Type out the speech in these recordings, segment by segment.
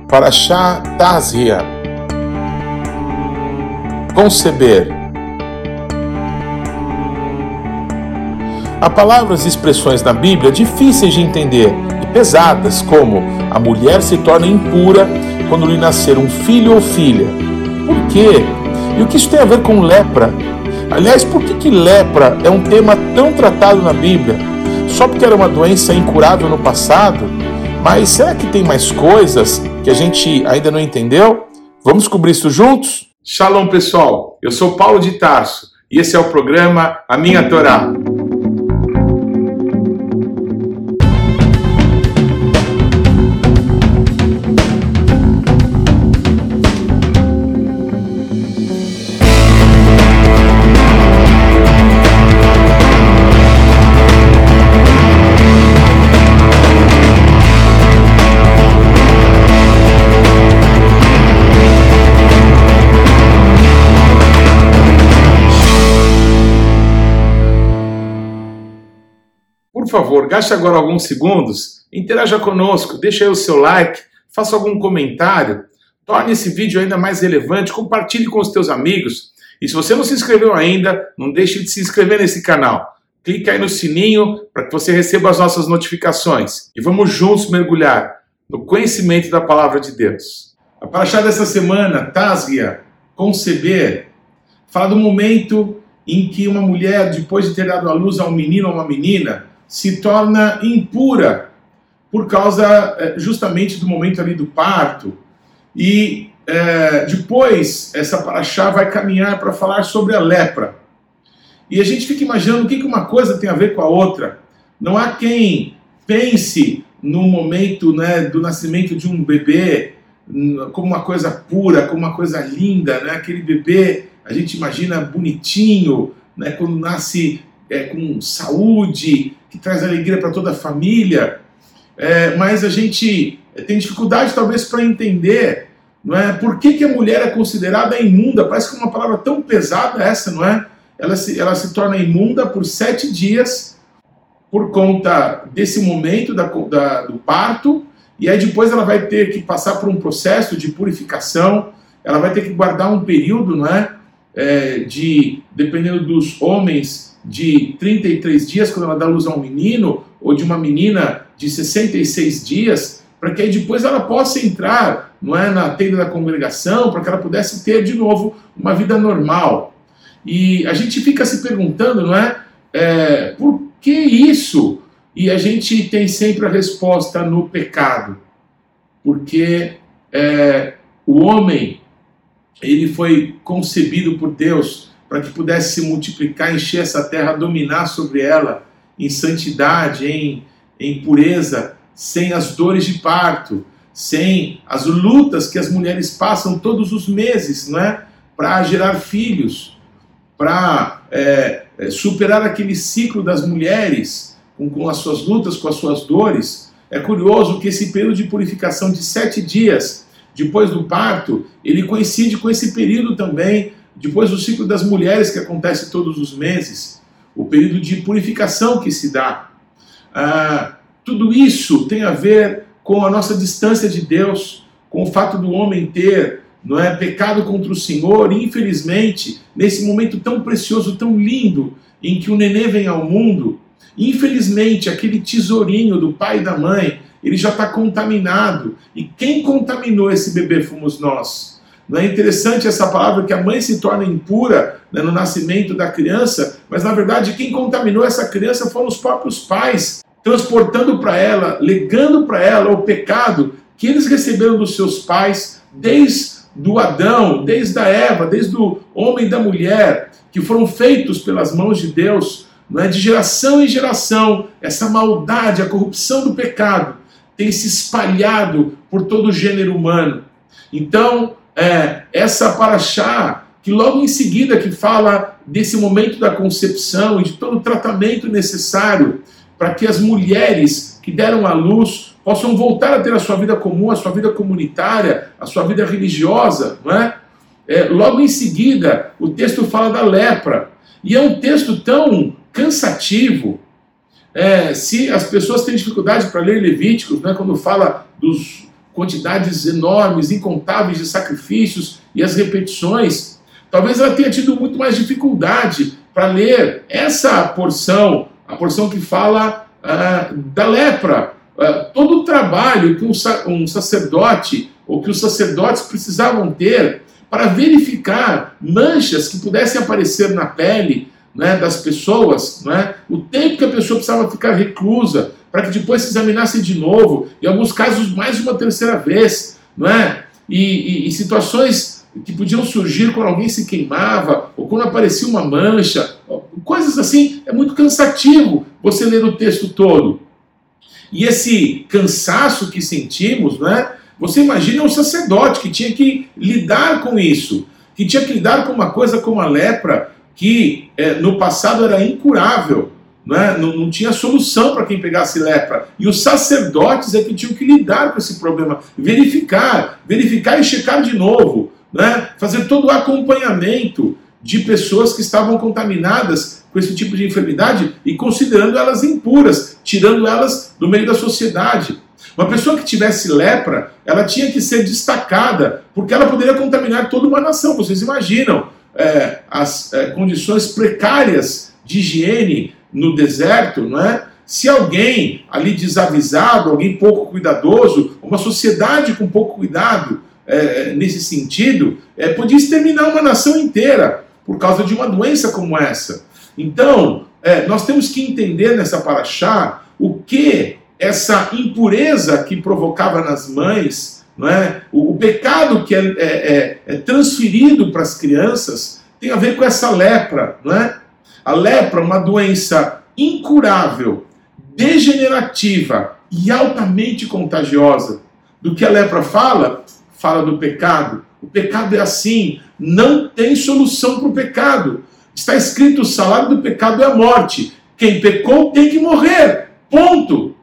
Parashá Tazria. Conceber. Há palavras e expressões na Bíblia difíceis de entender e pesadas, como a mulher se torna impura quando lhe nascer um filho ou filha. Por quê? E o que isso tem a ver com lepra? Aliás, por que lepra é um tema tão tratado na Bíblia? Só porque era uma doença incurável no passado? Mas será que tem mais coisas que a gente ainda não entendeu? Vamos descobrir isso juntos? Shalom, pessoal! Eu sou Paulo de Tarso e esse é o programa A Minha Torá. Por favor, gaste agora alguns segundos, interaja conosco, deixe aí o seu like, faça algum comentário, torne esse vídeo ainda mais relevante, compartilhe com os teus amigos. E se você não se inscreveu ainda, não deixe de se inscrever nesse canal. Clique aí no sininho para que você receba as nossas notificações. E vamos juntos mergulhar no conhecimento da Palavra de Deus. A parashá dessa semana, Tazria, conceber, fala do momento em que uma mulher, depois de ter dado à luz a um menino ou uma menina, se torna impura por causa justamente do momento ali do parto. E depois essa parashá vai caminhar para falar sobre a lepra. E a gente fica imaginando o que uma coisa tem a ver com a outra. Não há quem pense no momento, do nascimento de um bebê como uma coisa pura, como uma coisa linda, Aquele bebê, a gente imagina bonitinho, quando nasce com saúde, que traz alegria para toda a família, mas a gente tem dificuldade talvez para entender, por que a mulher é considerada imunda. Parece que é uma palavra tão pesada essa, não é? Ela se torna imunda por 7 dias por conta desse momento do parto, e aí depois ela vai ter que passar por um processo de purificação, ela vai ter que guardar um período, dependendo dos homens, de 33 dias, quando ela dá luz a um menino, ou de uma menina de 66 dias, para que aí depois ela possa entrar, na tenda da congregação, para que ela pudesse ter de novo uma vida normal. E a gente fica se perguntando, por que isso? E a gente tem sempre a resposta no pecado. Porque o homem, ele foi concebido por Deus para que pudesse se multiplicar, encher essa terra, dominar sobre ela em santidade, em pureza, sem as dores de parto, sem as lutas que as mulheres passam todos os meses, para gerar filhos, para superar aquele ciclo das mulheres com as suas lutas, com as suas dores. É curioso que esse período de purificação de 7 dias depois do parto, ele coincide com esse período também, depois do ciclo das mulheres, que acontece todos os meses, o período de purificação que se dá. Tudo isso tem a ver com a nossa distância de Deus, com o fato do homem ter pecado contra o Senhor, e infelizmente, nesse momento tão precioso, tão lindo, em que o nenê vem ao mundo, infelizmente, aquele tesourinho do pai e da mãe, ele já está contaminado. E quem contaminou esse bebê fomos nós. Não é interessante essa palavra que a mãe se torna impura no nascimento da criança, mas na verdade quem contaminou essa criança foram os próprios pais, transportando para ela, legando para ela o pecado que eles receberam dos seus pais, desde do Adão, desde a Eva, desde o homem e da mulher, que foram feitos pelas mãos de Deus, de geração em geração. Essa maldade, a corrupção do pecado tem se espalhado por todo o gênero humano. Então, essa parashá, que logo em seguida que fala desse momento da concepção e de todo o tratamento necessário para que as mulheres que deram à luz possam voltar a ter a sua vida comum, a sua vida comunitária, a sua vida religiosa, logo em seguida, o texto fala da lepra. E é um texto tão cansativo. Se as pessoas têm dificuldade para ler Levíticos, quando fala dos quantidades enormes, incontáveis de sacrifícios e as repetições. Talvez ela tenha tido muito mais dificuldade para ler essa porção, a porção que fala da lepra. Todo o trabalho que um sacerdote ou que os sacerdotes precisavam ter para verificar manchas que pudessem aparecer na pele, né, das pessoas, né, o tempo que a pessoa precisava ficar reclusa, para que depois se examinasse de novo, em alguns casos mais de uma terceira vez, não é? E situações que podiam surgir quando alguém se queimava, ou quando aparecia uma mancha, coisas assim. É muito cansativo você ler o texto todo. E esse cansaço que sentimos, né? Você imagina um sacerdote que tinha que lidar com isso, que tinha que lidar com uma coisa como a lepra, que no passado era incurável, né? Não tinha solução para quem pegasse lepra. E os sacerdotes é que tinham que lidar com esse problema, verificar e checar de novo, né? Fazer todo o acompanhamento de pessoas que estavam contaminadas com esse tipo de enfermidade e considerando elas impuras, tirando elas do meio da sociedade. Uma pessoa que tivesse lepra, ela tinha que ser destacada, porque ela poderia contaminar toda uma nação. Vocês imaginam as condições precárias de higiene no deserto, não é? Se alguém ali desavisado, alguém pouco cuidadoso, uma sociedade com pouco cuidado nesse sentido, podia exterminar uma nação inteira por causa de uma doença como essa. Então, nós temos que entender nessa paraxá o que essa impureza que provocava nas mães, não é? O pecado que é transferido para as crianças tem a ver com essa lepra, não é? A lepra é uma doença incurável, degenerativa e altamente contagiosa. Do que a lepra fala? Fala do pecado. O pecado é assim, não tem solução para o pecado. Está escrito: o salário do pecado é a morte. Quem pecou tem que morrer. Ponto.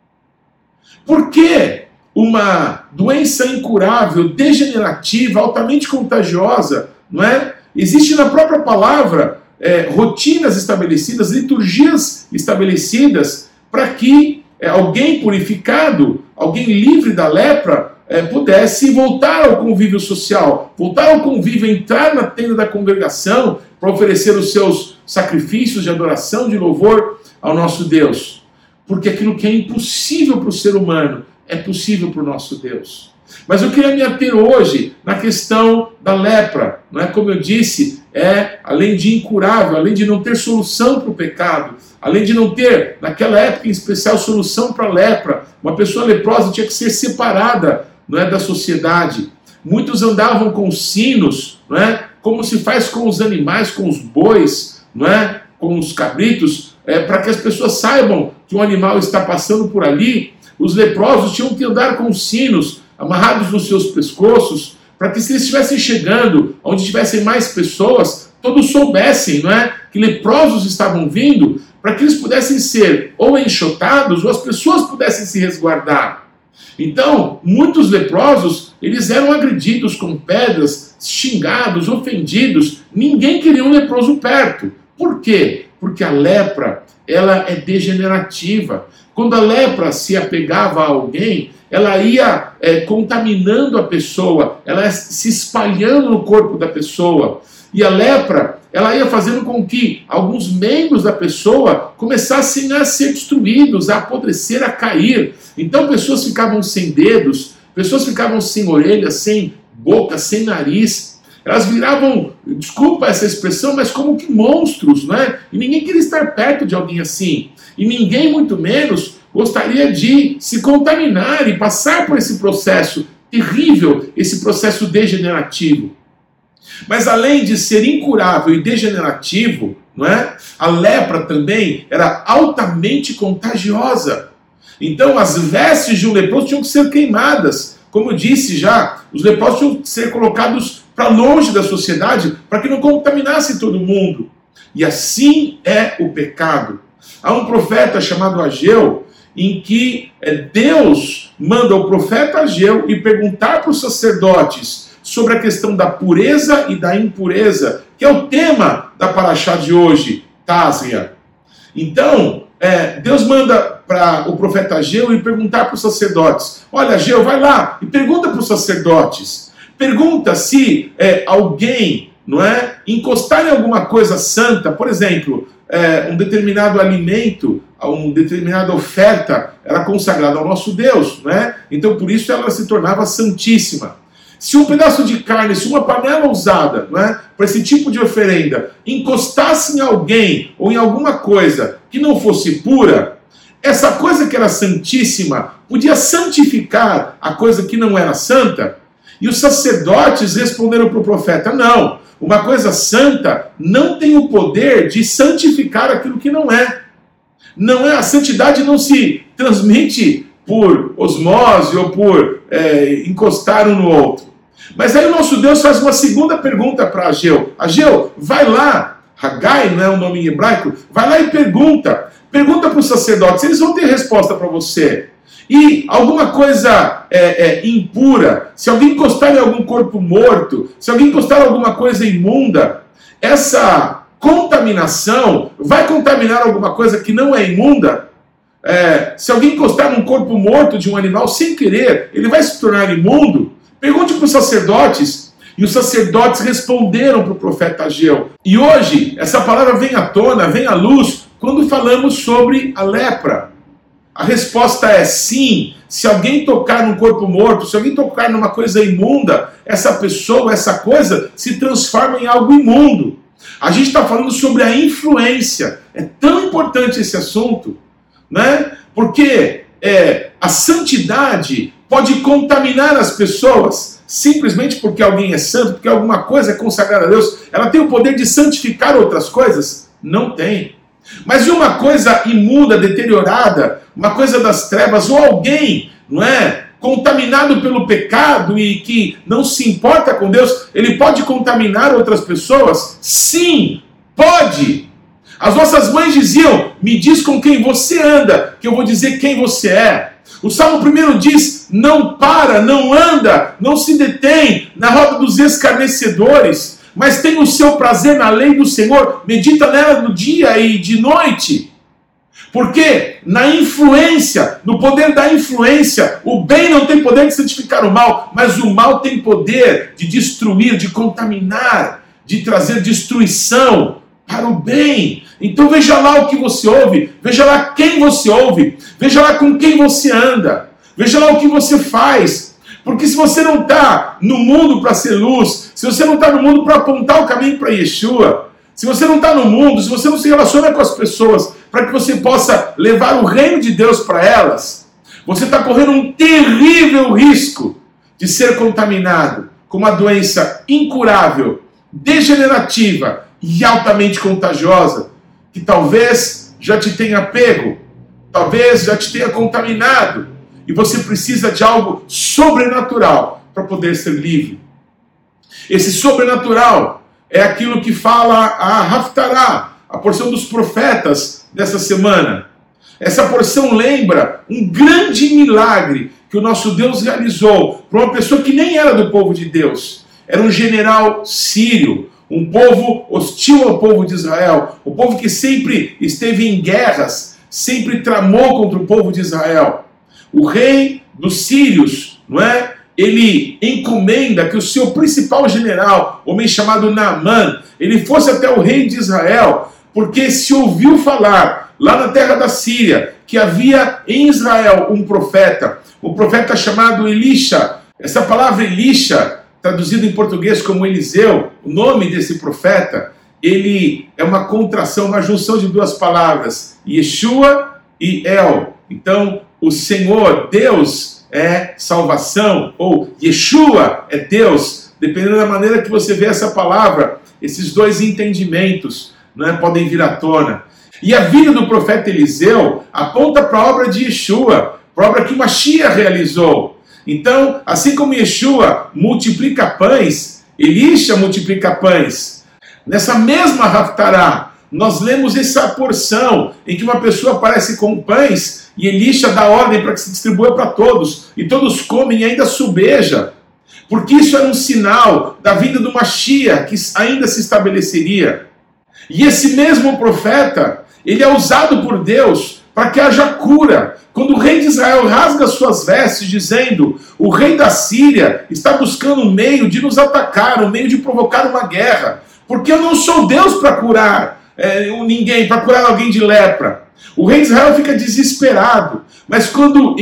Por que uma doença incurável, degenerativa, altamente contagiosa, não é? Existe na própria palavra rotinas estabelecidas, liturgias estabelecidas para que alguém purificado, alguém livre da lepra, pudesse voltar ao convívio social, voltar ao convívio, entrar na tenda da congregação para oferecer os seus sacrifícios de adoração, de louvor ao nosso Deus. Porque aquilo que é impossível para o ser humano é possível para o nosso Deus. Mas eu queria me ater hoje na questão da lepra. Não é? Como eu disse, além de incurável, além de não ter solução para o pecado, além de não ter, naquela época em especial, solução para a lepra, uma pessoa leprosa tinha que ser separada, não é, da sociedade. Muitos andavam com sinos, não é, como se faz com os animais, com os bois, não é, com os cabritos, para que as pessoas saibam que um animal está passando por ali. Os leprosos tinham que andar com sinos amarrados nos seus pescoços, para que se eles estivessem chegando onde tivessem mais pessoas, todos soubessem, não é, que leprosos estavam vindo, para que eles pudessem ser ou enxotados, ou as pessoas pudessem se resguardar. Então, muitos leprosos, eles eram agredidos com pedras, xingados, ofendidos. Ninguém queria um leproso perto. Por quê? Porque a lepra, ela é degenerativa. Quando a lepra se apegava a alguém, ela ia contaminando a pessoa, ela ia se espalhando no corpo da pessoa. E a lepra, ela ia fazendo com que alguns membros da pessoa começassem a ser destruídos, a apodrecer, a cair. Então pessoas ficavam sem dedos, pessoas ficavam sem orelhas, sem boca, sem nariz. Elas viravam, desculpa essa expressão, mas como que monstros, não é? E ninguém queria estar perto de alguém assim. E ninguém, muito menos, gostaria de se contaminar e passar por esse processo terrível, esse processo degenerativo. Mas além de ser incurável e degenerativo, não é? A lepra também era altamente contagiosa. Então as vestes de um leproso tinham que ser queimadas. Como eu disse já, os leprosos tinham que ser colocados para longe da sociedade, para que não contaminasse todo mundo. E assim é o pecado. Há um profeta chamado Ageu, em que Deus manda o profeta Ageu ir perguntar para os sacerdotes sobre a questão da pureza e da impureza, que é o tema da paraxá de hoje, Tásria. Então, Deus manda para o profeta Ageu e perguntar para os sacerdotes. Olha, Ageu, vai lá e pergunta para os sacerdotes. Pergunta se alguém, não é, encostar em alguma coisa santa, por exemplo, um determinado alimento, uma determinada oferta, era consagrada ao nosso Deus, não é? Então por isso ela se tornava santíssima. Se um pedaço de carne, se uma panela usada, não é, para esse tipo de oferenda, encostasse em alguém ou em alguma coisa que não fosse pura, essa coisa que era santíssima podia santificar a coisa que não era santa? E os sacerdotes responderam para o profeta: não, uma coisa santa não tem o poder de santificar aquilo que não é. Não é, a santidade não se transmite por osmose ou por encostar um no outro. Mas aí o nosso Deus faz uma segunda pergunta para Ageu. Ageu, vai lá, Hagai não é o nome em hebraico, vai lá e pergunta para os sacerdotes, eles vão ter resposta para você. E alguma coisa impura, se alguém encostar em algum corpo morto, se alguém encostar em alguma coisa imunda, essa contaminação vai contaminar alguma coisa que não é imunda? Se alguém encostar num corpo morto de um animal sem querer, ele vai se tornar imundo? Pergunte para os sacerdotes. E os sacerdotes responderam para o profeta Ageu. E hoje, essa palavra vem à tona, vem à luz, quando falamos sobre a lepra. A resposta é sim. Se alguém tocar num corpo morto, se alguém tocar numa coisa imunda, essa pessoa, essa coisa, se transforma em algo imundo. A gente está falando sobre a influência. É tão importante esse assunto, né? Porque a santidade pode contaminar as pessoas, simplesmente porque alguém é santo, porque alguma coisa é consagrada a Deus. Ela tem o poder de santificar outras coisas? Não tem. Mas e uma coisa imunda, deteriorada, uma coisa das trevas, ou alguém, não é, contaminado pelo pecado e que não se importa com Deus, ele pode contaminar outras pessoas? Sim, pode. As nossas mães diziam: me diz com quem você anda, que eu vou dizer quem você é. O Salmo 1 diz: não para, não anda, não se detém na roda dos escarnecedores, mas tem o seu prazer na lei do Senhor, medita nela no dia e de noite. Porque na influência, no poder da influência, o bem não tem poder de santificar o mal, mas o mal tem poder de destruir, de contaminar, de trazer destruição para o bem. Então veja lá o que você ouve, veja lá quem você ouve, veja lá com quem você anda, veja lá o que você faz. Porque se você não está no mundo para ser luz, se você não está no mundo para apontar o caminho para Yeshua, se você não está no mundo, se você não se relaciona com as pessoas para que você possa levar o reino de Deus para elas, você está correndo um terrível risco de ser contaminado com uma doença incurável, degenerativa e altamente contagiosa, que talvez já te tenha pego, talvez já te tenha contaminado, e você precisa de algo sobrenatural para poder ser livre. Esse sobrenatural é aquilo que fala a Haftará, a porção dos profetas dessa semana. Essa porção lembra um grande milagre que o nosso Deus realizou para uma pessoa que nem era do povo de Deus. Era um general sírio, um povo hostil ao povo de Israel, o povo que sempre esteve em guerras, sempre tramou contra o povo de Israel. O rei dos sírios, não é? Ele encomenda que o seu principal general, homem chamado Naamã, ele fosse até o rei de Israel, porque se ouviu falar, lá na terra da Síria, que havia em Israel um profeta chamado Elisha. Essa palavra Elisha, traduzido em português como Eliseu, o nome desse profeta, ele é uma contração, uma junção de duas palavras, Yeshua e El. Então, o Senhor, Deus, é salvação, ou Yeshua é Deus, dependendo da maneira que você vê essa palavra, esses dois entendimentos, não é, podem vir à tona. E a vida do profeta Eliseu aponta para a obra de Yeshua, para a obra que Mashiach realizou. Então, assim como Yeshua multiplica pães, Elisha multiplica pães. Nessa mesma Haftará, nós lemos essa porção em que uma pessoa aparece com pães e Elisha dá ordem para que se distribua para todos, e todos comem e ainda subeja, porque isso era um sinal da vinda do Mashiach, que ainda se estabeleceria. E esse mesmo profeta, ele é usado por Deus para que haja cura. Quando o rei de Israel rasga suas vestes, dizendo: o rei da Síria está buscando um meio de nos atacar, um meio de provocar uma guerra, porque eu não sou Deus para curar ninguém, para curar alguém de lepra. O rei de Israel fica desesperado, mas quando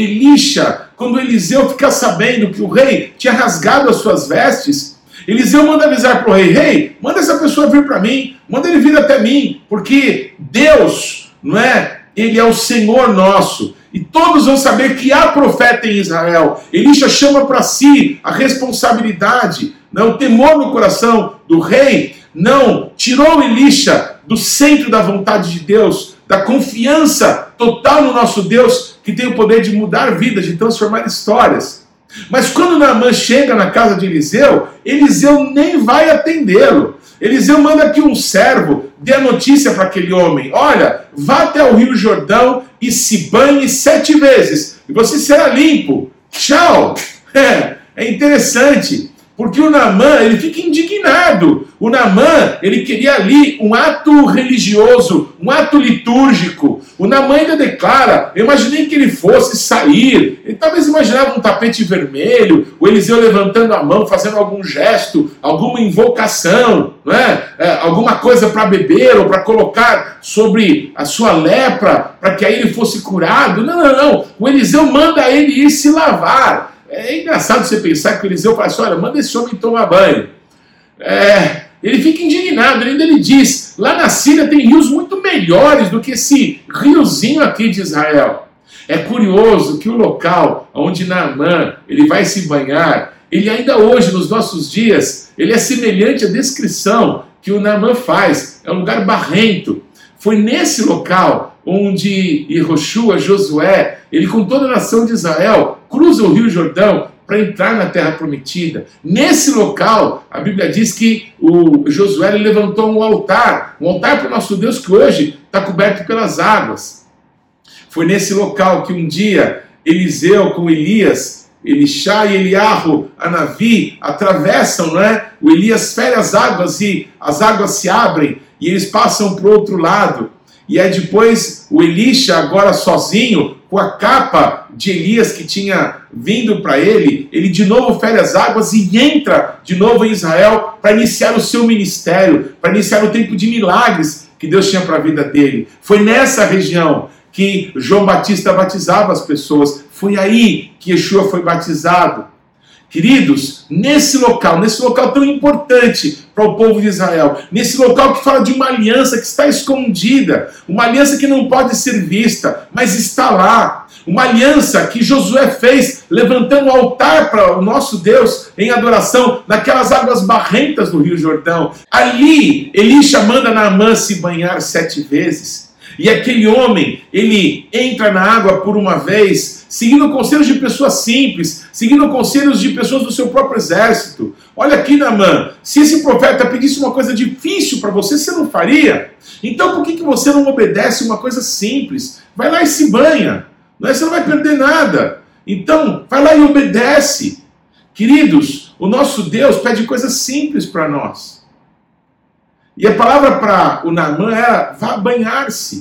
Eliseu fica sabendo que o rei tinha rasgado as suas vestes, Eliseu manda avisar para o rei: rei, manda essa pessoa vir para mim, manda ele vir até mim, porque Deus, não é? Ele é o Senhor nosso, e todos vão saber que há profeta em Israel. Elisha chama para si a responsabilidade, o temor no coração do rei, não tirou Elisha do centro da vontade de Deus, da confiança total no nosso Deus, que tem o poder de mudar vidas, de transformar histórias. Mas quando Naamã chega na casa de Eliseu, Eliseu nem vai atendê-lo. Eliseu manda que um servo dê a notícia para aquele homem: olha, vá até o Rio Jordão e se banhe 7 vezes, e você será limpo. Tchau! É interessante, porque o Naamã, ele fica indignado. O Naamã, ele queria ali um ato religioso, um ato litúrgico. O Naamã ainda declara: eu imaginei que ele fosse sair. Ele talvez imaginava um tapete vermelho, o Eliseu levantando a mão, fazendo algum gesto, alguma invocação, não é? Alguma coisa para beber ou para colocar sobre a sua lepra, para que aí ele fosse curado. Não. O Eliseu manda ele ir se lavar. É engraçado você pensar que o Eliseu fala assim: olha, manda esse homem tomar banho. Ele fica indignado, ele diz: lá na Síria tem rios muito melhores do que esse riozinho aqui de Israel. É curioso que o local onde Naamã ele vai se banhar, ele ainda hoje, nos nossos dias, ele é semelhante à descrição que o Naamã faz. É um lugar barrento. Foi nesse local onde Yehoshua, Josué, ele com toda a nação de Israel, cruza o Rio Jordão para entrar na Terra Prometida. Nesse local, a Bíblia diz que o Josué levantou um altar para o nosso Deus, que hoje está coberto pelas águas. Foi nesse local que um dia Eliseu com Elias, Elisha e Eliarro, Anavi, atravessam, não é? O Elias fere as águas e as águas se abrem e eles passam para o outro lado. E é depois o Elisha, agora sozinho, com a capa de Elias que tinha vindo para ele de novo fere as águas e entra de novo em Israel para iniciar o seu ministério, para iniciar o tempo de milagres que Deus tinha para a vida dele. Foi nessa região que João Batista batizava as pessoas. Foi aí que Yeshua foi batizado. Queridos, nesse local tão importante para o povo de Israel, nesse local que fala de uma aliança que está escondida, uma aliança que não pode ser vista, mas está lá, uma aliança que Josué fez, levantando um altar para o nosso Deus em adoração, naquelas águas barrentas do Rio Jordão. Ali, Elisha manda Naamã se banhar 7 vezes, e aquele homem, ele entra na água por uma vez, seguindo conselhos de pessoas simples, seguindo conselhos de pessoas do seu próprio exército. Olha aqui, Naamã, se esse profeta pedisse uma coisa difícil para você, você não faria? Então por que você não obedece uma coisa simples? Vai lá e se banha, você não vai perder nada. Então, vai lá e obedece. Queridos, o nosso Deus pede coisas simples para nós. E a palavra para o Naamã era: vá banhar-se.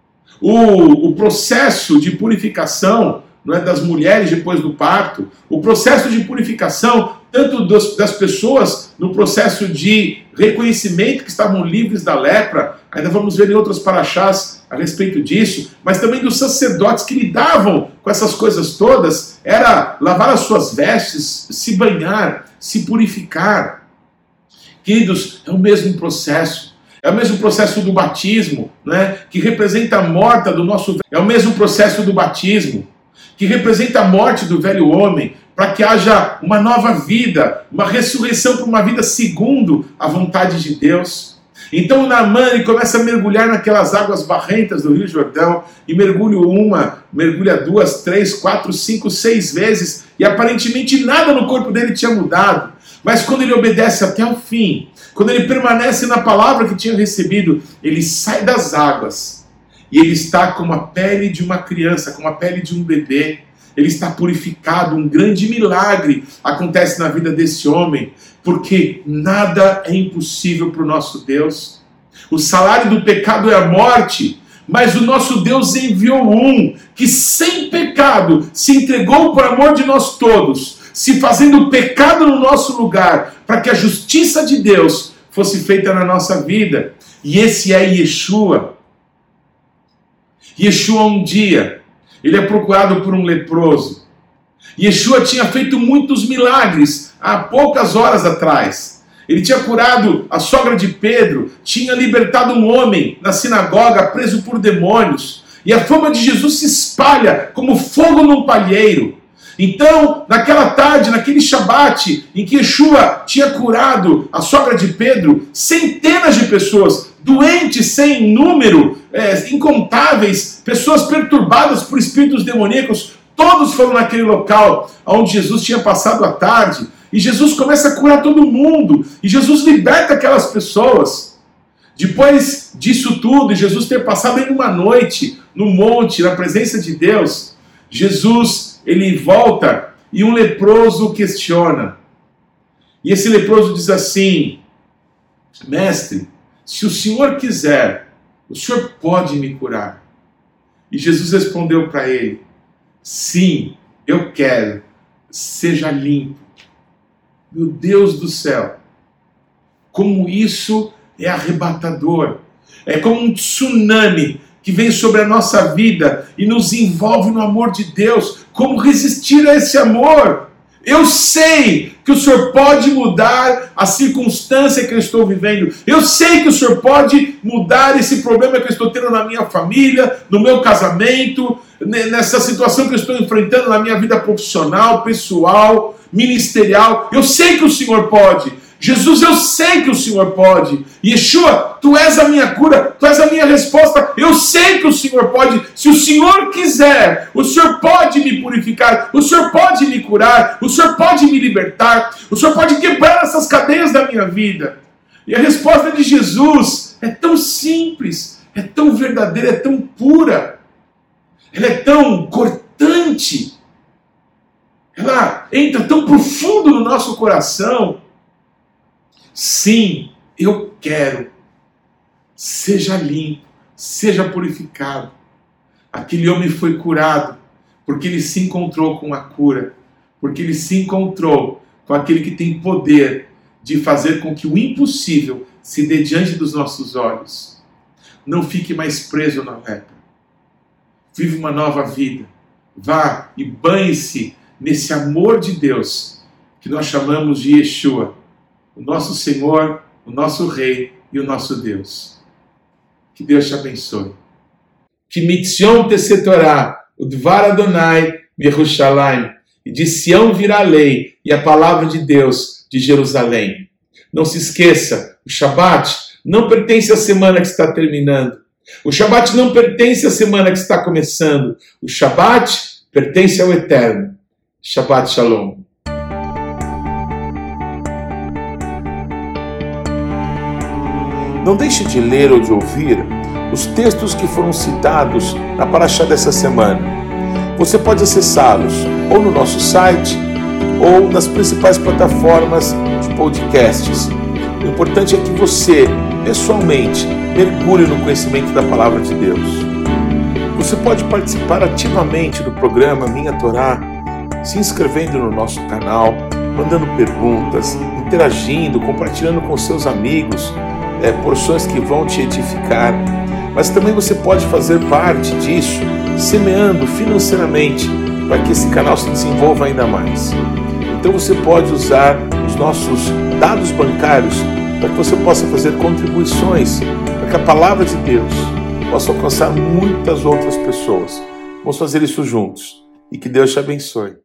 O processo de purificação, não é, das mulheres depois do parto, o processo de purificação tanto das pessoas no processo de reconhecimento que estavam livres da lepra, ainda vamos ver em outras paraxás a respeito disso, mas também dos sacerdotes que lidavam com essas coisas todas, era lavar as suas vestes, se banhar, se purificar. Queridos, é o mesmo processo. É o mesmo processo do batismo, né, que representa a morte do nosso... É o mesmo processo do batismo, que representa a morte do velho homem, para que haja uma nova vida, uma ressurreição para uma vida segundo a vontade de Deus. Então Naamã, ele começa a mergulhar naquelas águas barrentas do Rio Jordão, e mergulha 2, 3, 4, 5, 6 vezes, e aparentemente nada no corpo dele tinha mudado. Mas quando ele obedece até o fim, quando ele permanece na palavra que tinha recebido, ele sai das águas e ele está com a pele de uma criança, com a pele de um bebê. Ele está purificado, um grande milagre acontece na vida desse homem, porque nada é impossível para o nosso Deus. O salário do pecado é a morte, Mas o nosso Deus enviou um que sem pecado se entregou por amor de nós todos, se fazendo pecado no nosso lugar, para que a justiça de Deus fosse feita na nossa vida. E esse é Yeshua. Yeshua um dia, ele é procurado por um leproso. Yeshua tinha feito muitos milagres há poucas horas atrás. Ele tinha curado a sogra de Pedro, tinha libertado um homem na sinagoga preso por demônios. E a fama de Jesus se espalha como fogo num palheiro. Então, naquela tarde, naquele Shabat, em que Yeshua tinha curado a sogra de Pedro, centenas de pessoas, doentes sem número, incontáveis, pessoas perturbadas por espíritos demoníacos, todos foram naquele local onde Jesus tinha passado a tarde. E Jesus começa a curar todo mundo. E Jesus liberta aquelas pessoas. Depois disso tudo, Jesus ter passado em uma noite no monte, na presença de Deus, Jesus, ele volta e um leproso questiona. E esse leproso diz assim: mestre, se o senhor quiser, o senhor pode me curar. E Jesus respondeu para ele: sim, eu quero, seja limpo. Meu Deus do céu, como isso é arrebatador. É como um tsunami que vem sobre a nossa vida e nos envolve no amor de Deus. Como resistir a esse amor? Eu sei que o Senhor pode mudar a circunstância que eu estou vivendo. Eu sei que o Senhor pode mudar esse problema que eu estou tendo na minha família, no meu casamento, nessa situação que eu estou enfrentando na minha vida profissional, pessoal, ministerial. Eu sei que o Senhor pode. Jesus, eu sei que o Senhor pode. Yeshua, tu és a minha cura, tu és a minha resposta. Eu sei que o Senhor pode. Se o Senhor quiser, o Senhor pode me purificar, o Senhor pode me curar, o Senhor pode me libertar, o Senhor pode quebrar essas cadeias da minha vida. E a resposta de Jesus é tão simples, é tão verdadeira, é tão pura, ela é tão cortante, ela entra tão profundo no nosso coração. Sim, eu quero. Seja limpo, seja purificado. Aquele homem foi curado porque ele se encontrou com a cura, porque ele se encontrou com aquele que tem poder de fazer com que o impossível se dê diante dos nossos olhos. Não fique mais preso na lepra. Vive uma nova vida. Vá e banhe-se nesse amor de Deus que nós chamamos de Yeshua, o nosso Senhor, o nosso Rei e o nosso Deus. Que Deus te abençoe. Que mitzion tesetorá, o dvar Adonai Yerushalayim, e de Sião virá a lei e a palavra de Deus de Jerusalém. Não se esqueça, o Shabat não pertence à semana que está terminando. O Shabat não pertence à semana que está começando. O Shabat pertence ao Eterno. Shabbat Shalom. Não deixe de ler ou de ouvir os textos que foram citados na Parashá dessa semana. Você pode acessá-los ou no nosso site ou nas principais plataformas de podcasts. O importante é que você, pessoalmente, mergulhe no conhecimento da Palavra de Deus. Você pode participar ativamente do programa Minha Torá, se inscrevendo no nosso canal, mandando perguntas, interagindo, compartilhando com seus amigos, porções que vão te edificar, mas também você pode fazer parte disso, semeando financeiramente, para que esse canal se desenvolva ainda mais. Então você pode usar os nossos dados bancários para que você possa fazer contribuições, para que a palavra de Deus possa alcançar muitas outras pessoas. Vamos fazer isso juntos e que Deus te abençoe.